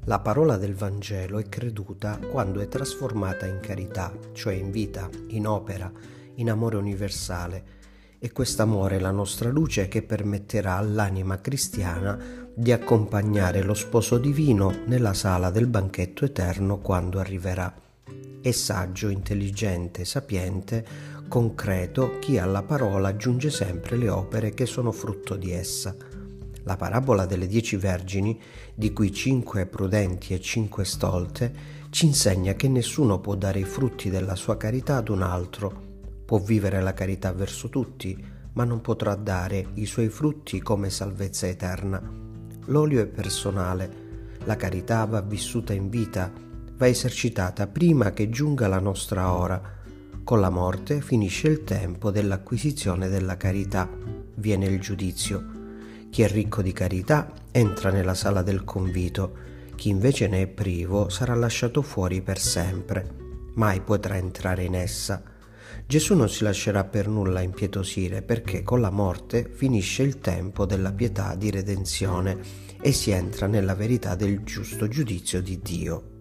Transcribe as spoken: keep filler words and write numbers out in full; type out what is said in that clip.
La parola del Vangelo è creduta quando è trasformata in carità, cioè in vita, in opera, in amore universale. E quest'amore è la nostra luce che permetterà all'anima cristiana di accompagnare lo sposo divino nella sala del banchetto eterno quando arriverà. È saggio, intelligente, sapiente, concreto chi alla parola aggiunge sempre le opere che sono frutto di essa. La parabola delle dieci vergini, di cui cinque prudenti e cinque stolte, ci insegna che nessuno può dare i frutti della sua carità ad un altro. Può vivere la carità verso tutti, ma non potrà dare i suoi frutti come salvezza eterna. L'olio è personale, la carità va vissuta in vita, va esercitata prima che giunga la nostra ora. Con la morte finisce il tempo dell'acquisizione della carità, viene il giudizio. Chi è ricco di carità entra nella sala del convito, chi invece ne è privo sarà lasciato fuori per sempre, mai potrà entrare in essa. Gesù non si lascerà per nulla impietosire, perché con la morte finisce il tempo della pietà di redenzione e si entra nella verità del giusto giudizio di Dio.